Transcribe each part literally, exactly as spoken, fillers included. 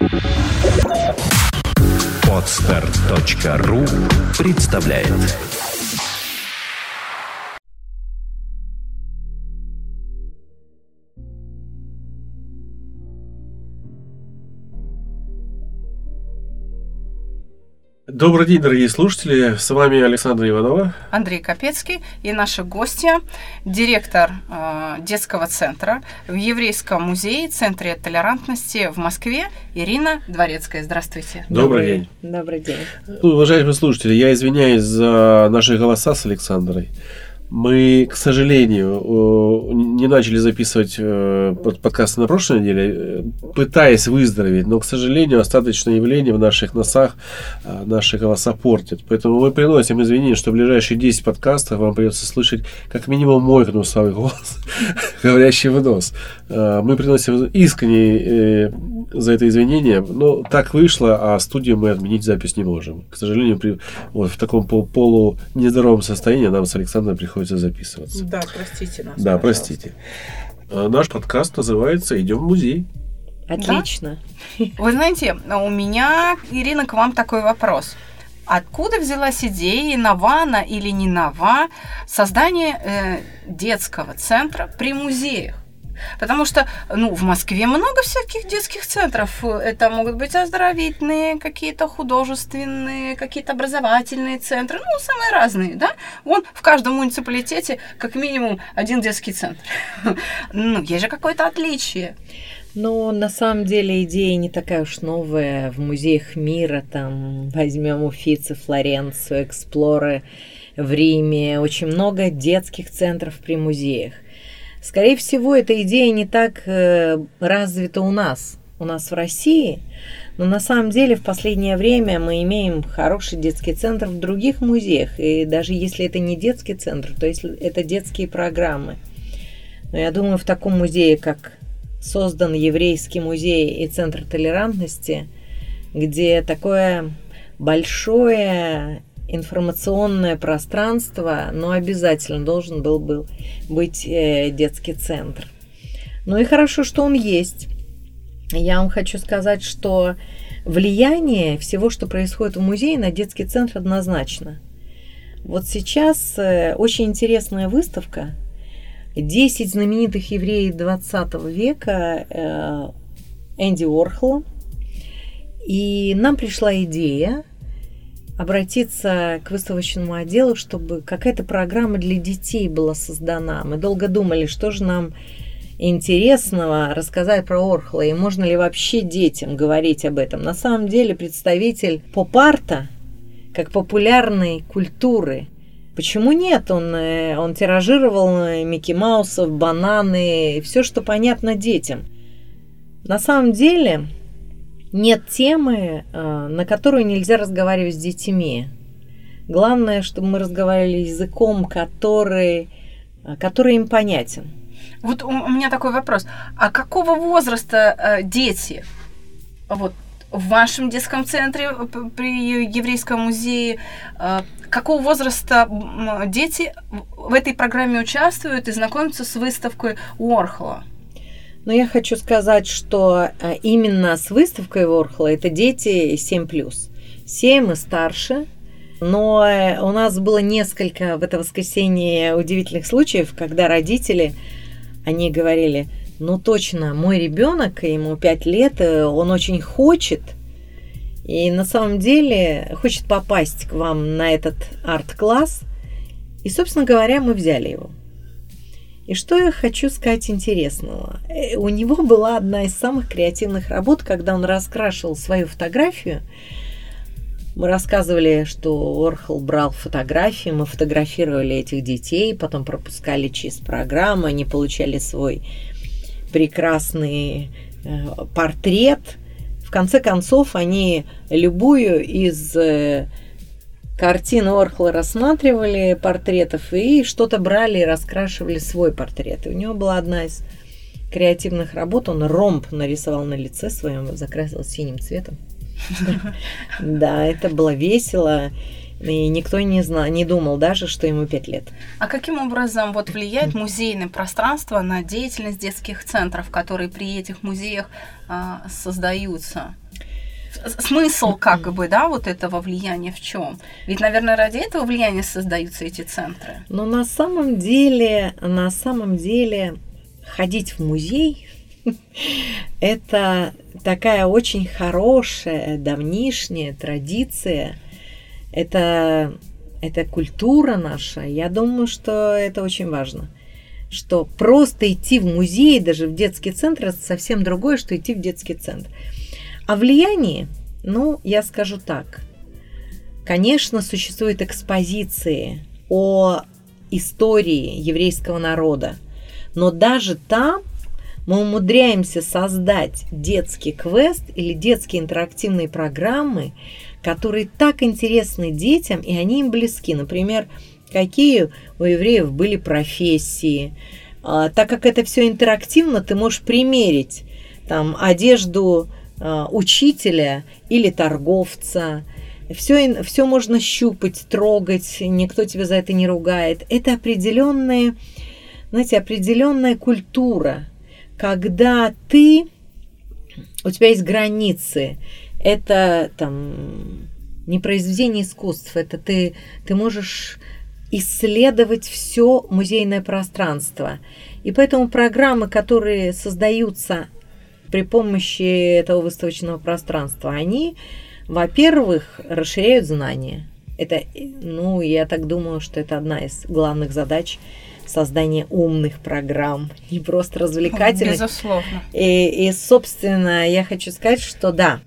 Подстер точка ру представляет. Добрый день, дорогие слушатели. С вами Александра Иванова, Андрей Капецкий и наши гости, директор э, детского центра в Еврейском музее, Центре толерантности в Москве, Ирина Дворецкая. Здравствуйте. Добрый, Добрый день. Добрый день. Уважаемые слушатели, я извиняюсь за наши голоса с Александрой. Мы, к сожалению, не начали записывать подкасты на прошлой неделе, пытаясь выздороветь, но, к сожалению, остаточное явление в наших носах наши голоса портят. Поэтому мы приносим извинения, что в ближайшие десять подкастов вам придется слышать как минимум мой гнусавый голос, говорящий в нос. Мы приносим искренне за это извинение, но так вышло, а студию мы отменить запись не можем. К сожалению, при, вот, в таком пол, полу нездоровом состоянии нам с Александром приходится записываться. Да, простите нас. Да, пожалуйста. простите. Наш подкаст называется «Идем в музей». Отлично. Да? Вы знаете, у меня, Ирина, к вам такой вопрос. Откуда взялась идея, нова она или не нова, создание э, детского центра при музеях? Потому что, ну, в Москве много всяких детских центров. Это могут быть оздоровительные, какие-то художественные, какие-то образовательные центры, ну, самые разные, да? Вон в каждом муниципалитете как минимум один детский центр. Ну, есть же какое-то отличие. Но на самом деле идея не такая уж новая. В музеях мира, там, возьмем Уффици, Флоренцию, Эксплоры в Риме. Очень много детских центров при музеях. Скорее всего, эта идея не так э, развита у нас, у нас в России, но на самом деле в последнее время мы имеем хороший детский центр в других музеях, и даже если это не детский центр, то если это детские программы. Но я думаю, в таком музее, как создан Еврейский музей и Центр толерантности, где такое большое информационное пространство, но обязательно должен был, был быть э, детский центр. Ну и хорошо, что он есть. Я вам хочу сказать, что влияние всего, что происходит в музее, на детский центр однозначно. Вот сейчас э, очень интересная выставка. десять знаменитых евреев двадцатого века э, Энди Уорхола. И нам пришла идея обратиться к выставочному отделу, чтобы какая-то программа для детей была создана. Мы долго думали, что же нам интересного рассказать про Уорхола, и можно ли вообще детям говорить об этом. На самом деле представитель поп-арта, как популярной культуры, почему нет? Он, он тиражировал Микки Маусов, бананы, все, что понятно детям. На самом деле нет темы, на которую нельзя разговаривать с детьми. Главное, чтобы мы разговаривали языком, который, который им понятен. Вот у меня такой вопрос. А какого возраста дети вот, в вашем детском центре при Еврейском музее? Какого возраста дети в этой программе участвуют и знакомятся с выставкой Уорхола? Но я хочу сказать, что именно с выставкой Уорхола это дети семь плюс. семь и старше. Но у нас было несколько в это воскресенье удивительных случаев, когда родители, они говорили, ну точно, мой ребенок, ему пять лет, он очень хочет, и на самом деле хочет попасть к вам на этот арт-класс. И, собственно говоря, мы взяли его. И что я хочу сказать интересного? У него была одна из самых креативных работ, когда он раскрашивал свою фотографию. Мы рассказывали, что Уорхол брал фотографии, мы фотографировали этих детей, потом пропускали через программу, они получали свой прекрасный портрет. В конце концов, они любую из картины Уорхола рассматривали, портретов, и что-то брали и раскрашивали свой портрет. И у него была одна из креативных работ. Он ромб нарисовал на лице своем, закрасил синим цветом. Да, это было весело. И никто не знал, не думал даже, что ему пять лет. А каким образом вот влияет музейное пространство на деятельность детских центров, которые при этих музеях а, создаются? смысл как бы, да, вот этого влияния в чем? Ведь, наверное, ради этого влияния создаются эти центры. Но на самом деле, на самом деле ходить в музей – это такая очень хорошая, давнишняя традиция. Это, это культура наша. Я думаю, что это очень важно. Что просто идти в музей, даже в детский центр, это совсем другое, что идти в детский центр. О влиянии, ну, я скажу так. Конечно, существуют экспозиции о истории еврейского народа, но даже там мы умудряемся создать детский квест или детские интерактивные программы, которые так интересны детям, и они им близки. Например, какие у евреев были профессии. А, так как это все интерактивно, ты можешь примерить там одежду а, учителя или торговца. Все, все можно щупать, трогать, никто тебя за это не ругает. Это определенная, знаете, определенная культура, когда ты, у тебя есть границы. Это там не произведение искусств, это ты, ты можешь исследовать все музейное пространство. И поэтому программы, которые создаются при помощи этого выставочного пространства, они, во-первых, расширяют знания. Это, ну, я так думаю, что это одна из главных задач создания умных программ, не просто развлекательных. Безусловно. И, и, собственно, я хочу сказать, что да,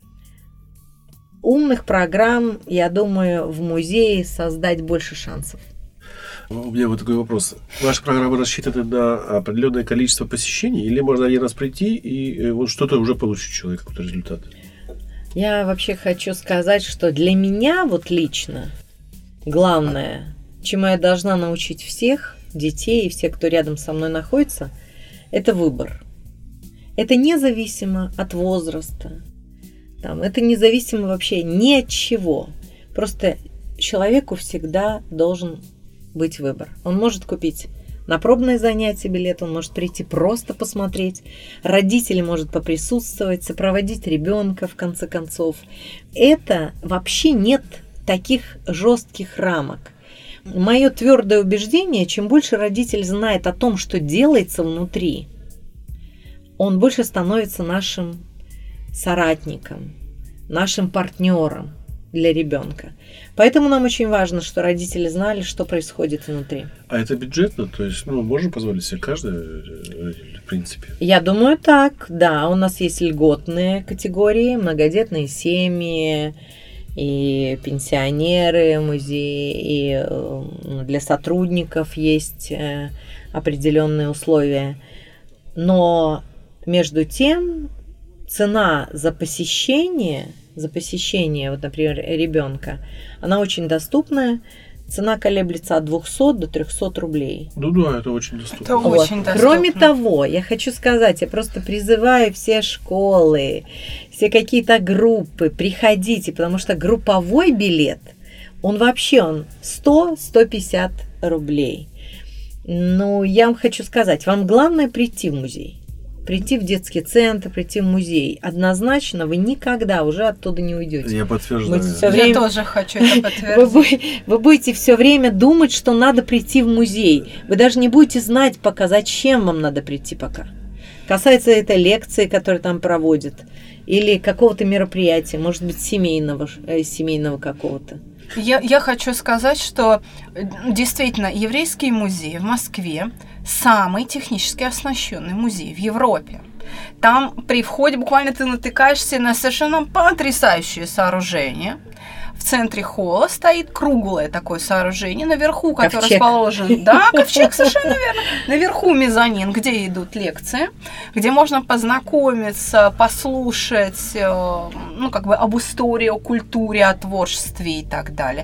умных программ, я думаю, в музее создать больше шансов. У меня вот такой вопрос. Ваша программа рассчитана на определенное количество посещений, или можно один раз прийти и вот что-то уже получить человек, какой-то результат? Я вообще хочу сказать, что для меня вот лично главное, чему я должна научить всех детей и всех, кто рядом со мной находится, это выбор. Это независимо от возраста. Там, это независимо вообще ни от чего. Просто человеку всегда должен быть выбор. Он может купить на пробное занятие билет, он может прийти просто посмотреть, родители может поприсутствовать, сопроводить ребенка в конце концов. Это вообще нет таких жестких рамок. Мое твердое убеждение, чем больше родитель знает о том, что делается внутри, он больше становится нашим соратником, нашим партнером для ребенка. Поэтому нам очень важно, что родители знали, что происходит внутри. А это бюджетно? То есть, ну, можно позволить себе каждый родитель, в принципе? Я думаю, так. Да, у нас есть льготные категории, многодетные семьи, и пенсионеры музеи, и для сотрудников есть определенные условия. Но между тем цена за посещение, за посещение, вот, например, ребенка, она очень доступная. Цена колеблется от двухсот до трехсот рублей. Ну да, это очень доступно. Это вот. очень доступно. Кроме того, я хочу сказать, я просто призываю все школы, все какие-то группы, приходите, потому что групповой билет, он вообще он сто - сто пятьдесят рублей. Ну, я вам хочу сказать, вам главное прийти в музей. Прийти в детский центр, прийти в музей. Однозначно вы никогда уже оттуда не уйдете. Я подтверждаю. Я время... тоже хочу это подтвердить. Вы, вы будете все время думать, что надо прийти в музей. Вы даже не будете знать пока, зачем вам надо прийти пока. Касается это лекции, которые там проводят, или какого-то мероприятия, может быть, семейного, э, семейного какого-то. Я, я хочу сказать, что действительно еврейский музей в Москве самый технически оснащенный музей в Европе. Там при входе буквально ты натыкаешься на совершенно потрясающее сооружение. В центре холла стоит круглое такое сооружение, наверху, которое Ковчег. расположен... Да, ковчег, совершенно верно. Наверху мезонин, где идут лекции, где можно познакомиться, послушать, ну, как бы об истории, о культуре, о творчестве и так далее.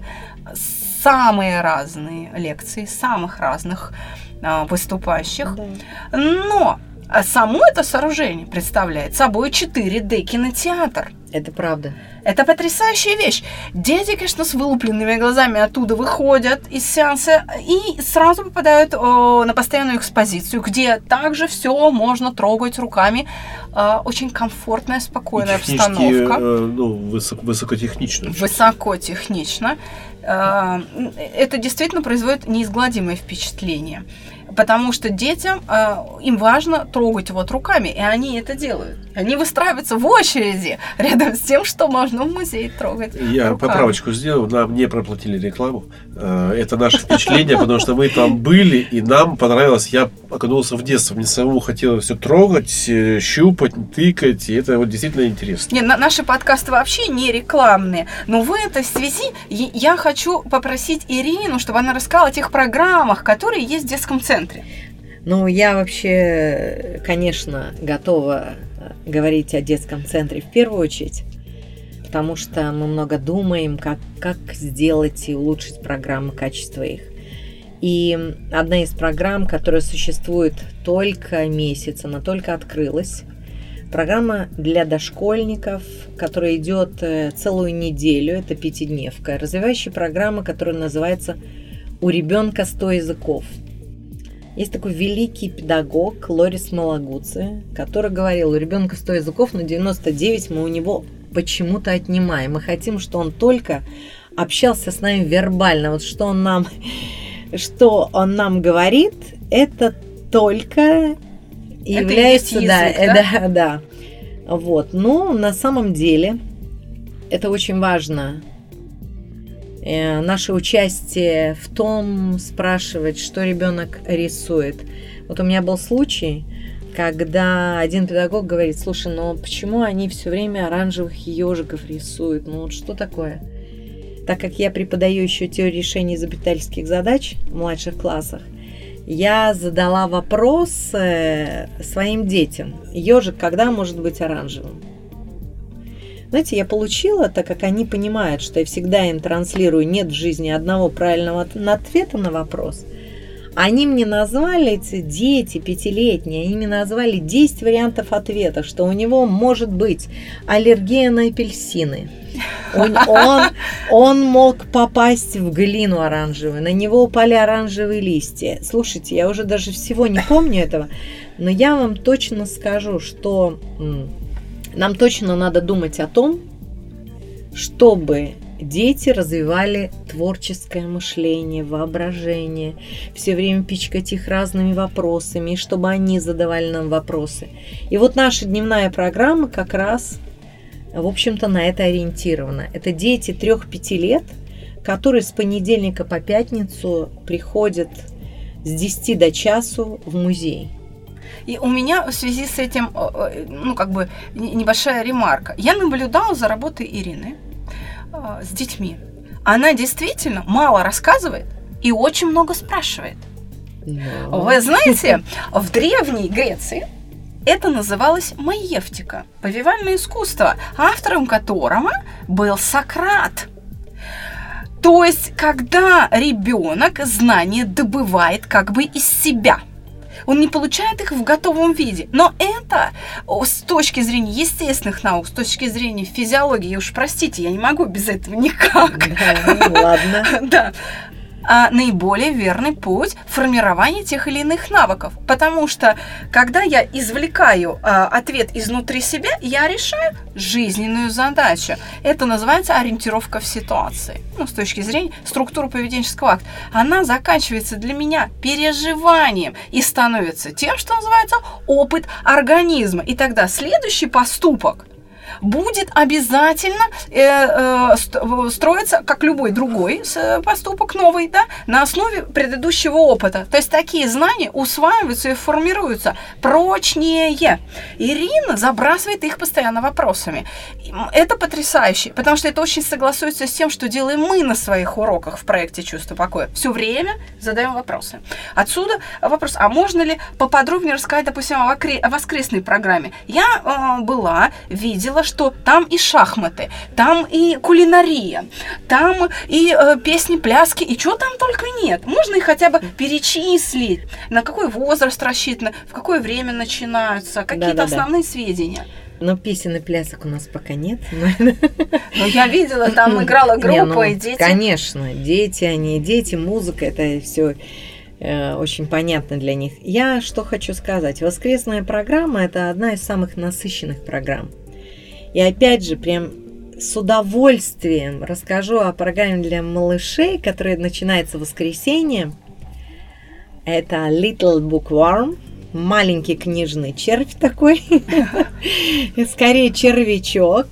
Самые разные лекции, самых разных а, выступающих. Да. Но само это сооружение представляет собой четыре дэ кинотеатр. Это правда. Это потрясающая вещь. Дети, конечно, с вылупленными глазами оттуда выходят из сеанса и сразу попадают о, на постоянную экспозицию, где также все можно трогать руками. Э, очень комфортная, спокойная обстановка. Э, ну, высоко, высокотехнично. Высокотехнично. Э, это действительно производит неизгладимое впечатление. Потому что детям, э, им важно трогать вот руками, и они это делают. Они выстраиваются в очереди рядом с тем, что можно в музее трогать. Я руками. Поправочку сделаю, нам не проплатили рекламу. Э, это наше впечатление, потому что мы там были, и нам понравилось. Я окунулся в детство. Мне самому хотелось все трогать, щупать, тыкать, и это вот действительно интересно. Не, на, наши подкасты вообще не рекламные, но в этой связи я хочу попросить Ирину, чтобы она рассказала о тех программах, которые есть в детском центре. Ну, я вообще, конечно, готова говорить о детском центре в первую очередь, потому что мы много думаем, как, как сделать и улучшить программы, качество их. И одна из программ, которая существует только месяц, она только открылась, программа для дошкольников, которая идет целую неделю, это пятидневка, развивающая программа, которая называется «У ребенка сто языков». Есть такой великий педагог Лорис Малагуци, который говорил, у ребенка сто языков, но девяносто девять мы у него почему-то отнимаем. Мы хотим, чтобы он только общался с нами вербально. Вот что он нам, что он нам говорит, это только является... Это да, язык, да? да, да. Вот. Но на самом деле это очень важно. Наше участие в том, спрашивать, что ребенок рисует. Вот у меня был случай, когда один педагог говорит, слушай, ну почему они все время оранжевых ежиков рисуют? Ну вот что такое? Так как я преподаю еще теорию решения изобретательских задач в младших классах, я задала вопрос своим детям. Ежик когда может быть оранжевым? Знаете, я получила, так как они понимают, что я всегда им транслирую, нет в жизни одного правильного ответа на вопрос. Они мне назвали, эти дети пятилетние, они мне назвали десять вариантов ответа, что у него может быть аллергия на апельсины. Он, он, он мог попасть в глину оранжевую, на него упали оранжевые листья. Слушайте, я уже даже всего не помню этого, но я вам точно скажу, что... Нам точно надо думать о том, чтобы дети развивали творческое мышление, воображение, все время пичкать их разными вопросами, и чтобы они задавали нам вопросы. И вот наша дневная программа как раз, в общем-то, на это ориентирована. Это дети трех-пяти лет, которые с понедельника по пятницу приходят с десяти до часу в музей. И у меня в связи с этим, ну, как бы, небольшая ремарка. Я наблюдала за работой Ирины э, с детьми. Она действительно мало рассказывает и очень много спрашивает. No. Вы знаете, в Древней Греции это называлось маевтика, повивальное искусство, автором которого был Сократ. То есть, когда ребенок знания добывает как бы из себя. Он не получает их в готовом виде. Но это с точки зрения естественных наук, с точки зрения физиологии, уж простите, я не могу без этого никак. Да, ну, ладно. Да. А наиболее верный путь формирования тех или иных навыков. Потому что, когда я извлекаю а, ответ изнутри себя, я решаю жизненную задачу. Это называется ориентировка в ситуации. Ну, с точки зрения структуры поведенческого акта. Она заканчивается для меня переживанием и становится тем, что называется опыт организма. И тогда следующий поступок будет обязательно э, э, строиться, как любой другой поступок новый, да, на основе предыдущего опыта. То есть такие знания усваиваются и формируются прочнее. Ирина забрасывает их постоянно вопросами. Это потрясающе, потому что это очень согласуется с тем, что делаем мы на своих уроках в проекте «Чувство покоя». Все время задаем вопросы. Отсюда вопрос, а можно ли поподробнее рассказать, допустим, о, вокре- о воскресной программе? Я э, была, видела, что там и шахматы, там и кулинария, там и э, песни, пляски, и чего там только нет. Можно их хотя бы перечислить, на какой возраст рассчитано, в какое время начинаются, какие-то Да-да-да. основные сведения. Но песен и плясок у нас пока нет. Ну, я видела, там играла группа, Не, ну, и дети. Конечно, дети, они дети, музыка, это все э, очень понятно для них. Я что хочу сказать. Воскресная программа – это одна из самых насыщенных программ. И опять же, прям с удовольствием расскажу о программе для малышей, которая начинается в воскресенье. Это Little Bookworm. Маленький книжный червь такой, скорее червячок.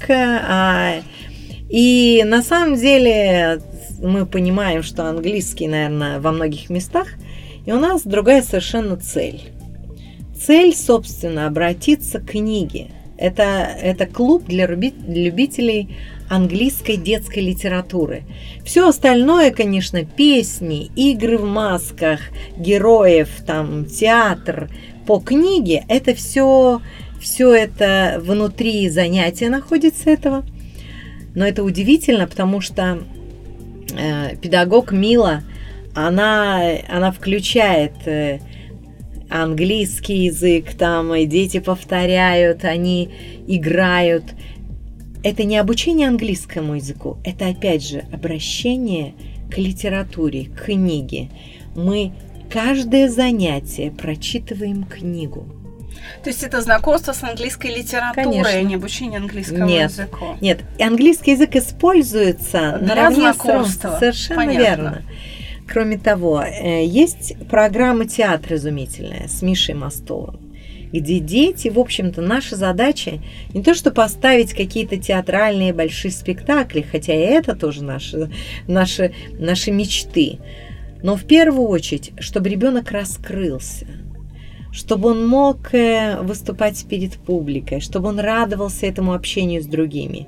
И на самом деле мы понимаем, что английский, наверное, во многих местах, и у нас другая совершенно цель. Цель, собственно, обратиться к книге. Это, это клуб для любителей английской детской литературы. Все остальное, конечно, песни, игры в масках, героев, там, театр по книге, это все, все это внутри занятия находится этого. Но это удивительно, потому что э, педагог Мила, она, она включает э, английский язык, там и дети повторяют, они играют. Это не обучение английскому языку, это опять же обращение к литературе, к книге. Мы каждое занятие прочитываем книгу. То есть это знакомство с английской литературой, Конечно. а не обучение английскому нет, языку? Нет, английский язык используется для знакомства. Совершенно Понятно. верно. Кроме того, есть программа «Театр» изумительная с Мишей Мостовым, где дети, в общем-то, наша задача не то, что поставить какие-то театральные большие спектакли, хотя и это тоже наши, наши, наши мечты, но в первую очередь, чтобы ребенок раскрылся, чтобы он мог выступать перед публикой, чтобы он радовался этому общению с другими.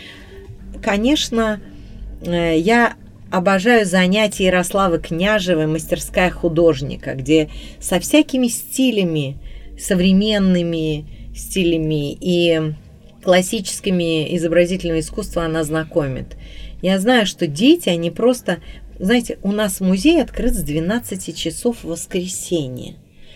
Конечно, я обожаю занятия Ярославы Княжевой «Мастерская художника», где со всякими стилями, современными стилями и классическими изобразительными искусствами она знакомит. Я знаю, что дети, они просто... Знаете, у нас музей открыт с двенадцати часов в воскресенье.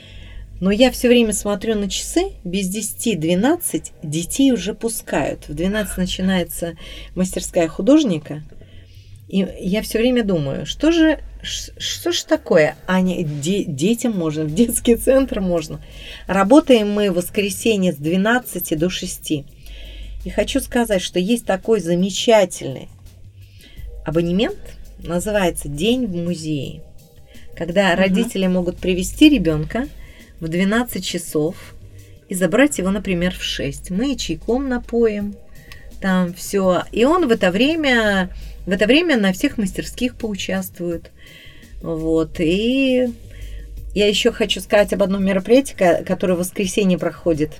Но я все время смотрю на часы, без десяти двенадцать детей уже пускают. В двенадцать начинается мастерская художника. И я все время думаю, что же, что же такое? Аня, де, детям можно, в детский центр можно. Работаем мы в воскресенье с двенадцати до шести. И хочу сказать, что есть такой замечательный абонемент, называется «День в музее», когда угу. родители могут привести ребенка в двенадцать часов и забрать его, например, в шесть. Мы чайком напоим, там все. И он в это время, в это время на всех мастерских поучаствует. Вот. И я еще хочу сказать об одном мероприятии, которое в воскресенье проходит.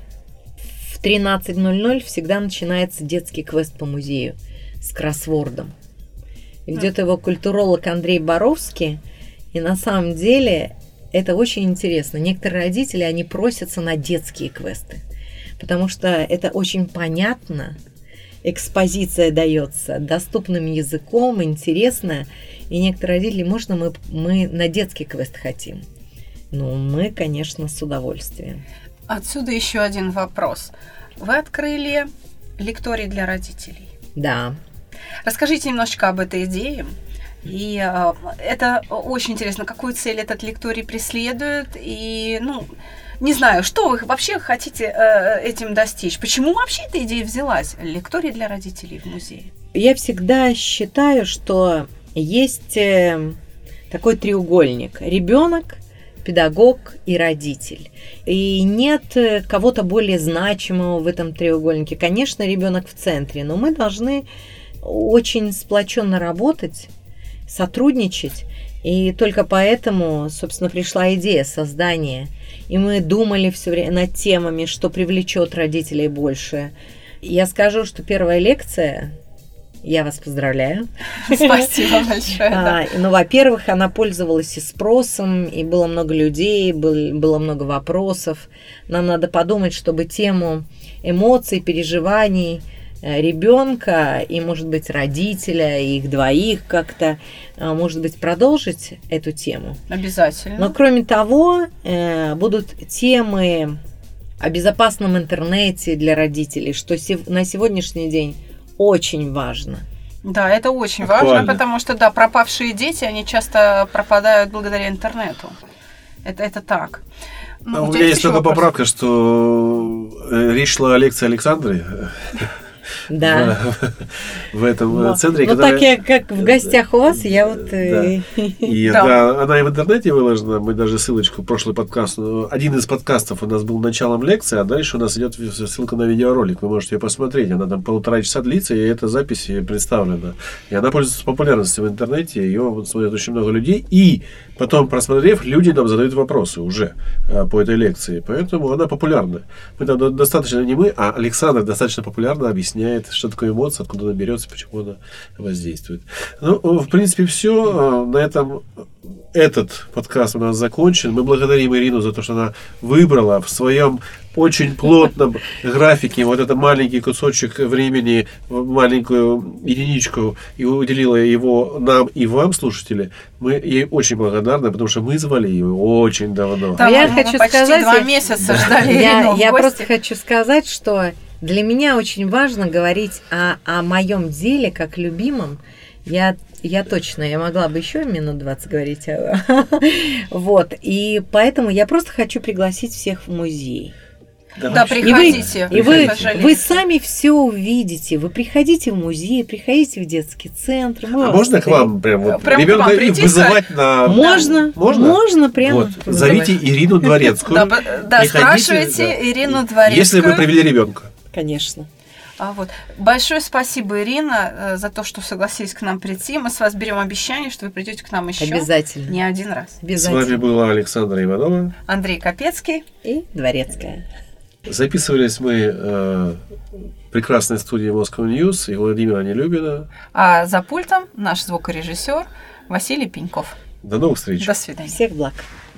В тринадцать ноль ноль всегда начинается детский квест по музею с кроссвордом. Ведет его культуролог Андрей Боровский. И на самом деле это очень интересно. Некоторые родители, они просятся на детские квесты, потому что это очень понятно. Экспозиция дается доступным языком, интересно. И некоторые родители, можно мы, мы на детский квест хотим? Ну, мы, конечно, с удовольствием. Отсюда еще один вопрос. Вы открыли лекторий для родителей. Да. Расскажите немножечко об этой идее. И э, это очень интересно, какую цель этот лекторий преследует. И, ну, не знаю, что вы вообще хотите э, этим достичь? Почему вообще эта идея взялась? Лекторий для родителей в музее. Я всегда считаю, что есть э, такой треугольник. Ребенок, педагог и родитель. И нет кого-то более значимого в этом треугольнике. Конечно, ребенок в центре, но мы должны очень сплоченно работать, сотрудничать. И только поэтому, собственно, пришла идея создания. И мы думали все время над темами, что привлечет родителей больше. Я скажу, что первая лекция, я вас поздравляю. Спасибо большое. Да. Ну, во-первых, она пользовалась и спросом, и было много людей, было много вопросов. Нам надо подумать, чтобы тему эмоций, переживаний ребенка и, может быть, родителя, и их двоих как-то, может быть, продолжить эту тему. Обязательно. Но, кроме того, будут темы о безопасном интернете для родителей, что сев- на сегодняшний день очень важно. Да, это очень Актуально. важно, потому что, да, пропавшие дети, они часто пропадают благодаря интернету. Это, это так. Ну, А у тебя меня есть еще только вопрос? поправка, что э, речь шла о лекции Александры Да. в, в этом Ну, э, центре. ну, которая- так я, как в гостях у вас, я вот... э, И Да. да, она и в интернете выложена. Мы даже ссылочку, прошлый подкаст. ну, Один из подкастов у нас был началом лекции, а дальше у нас идет ссылка на видеоролик. Вы можете ее посмотреть. Она там полтора часа длится, и эта запись представлена. И она пользуется популярностью в интернете. Ее вот смотрят очень много людей. И потом, просмотрев, люди нам задают вопросы уже а, по этой лекции. Поэтому она популярна. Мы там до- достаточно, не мы, а Александр достаточно популярно объясняет, что такое эмоция, откуда она берется, почему она воздействует. Ну, в принципе, все. На этом этот подкаст у нас закончен. Мы благодарим Ирину за то, что она выбрала в своем очень плотном графике вот этот маленький кусочек времени, маленькую единичку, и уделила его нам и вам, слушатели. Мы ей очень благодарны, потому что мы звали ее очень давно. Да, Я мы, мы хочу почти сказать, два я- месяца ждали Я, Ирину в я гости. просто хочу сказать, что для меня очень важно говорить о, о моем деле как любимом. Я, я точно, я могла бы еще минут двадцать говорить. о- Вот. И поэтому я просто хочу пригласить всех в музей. Да, И вы, приходите. и вы, пожалейте. вы сами все увидите. Вы приходите в музей, приходите в детский центр. мы А вас можно к встретим. вам прям вот Прям к ребенка вам и прийти, вызывать на... Можно, Можно? можно прямо. Вот. вызывать. Зовите Ирину Дворецкую. Да, б- да, Приходите, спрашивайте да. Ирину Дворецкую. Если вы привели ребенка. Конечно. А вот. Большое спасибо, Ирина, э, за то, что согласились к нам прийти. Мы с вас берем обещание, что вы придете к нам еще Обязательно. не один раз. С Обязательно. вами была Александра Иванова. Андрей Капецкий. И Дворецкая. Записывались мы э, в прекрасной студии Moscow News и Владимира Нелюбина. А за пультом наш звукорежиссер Василий Пеньков. До новых встреч. До свидания. Всех благ.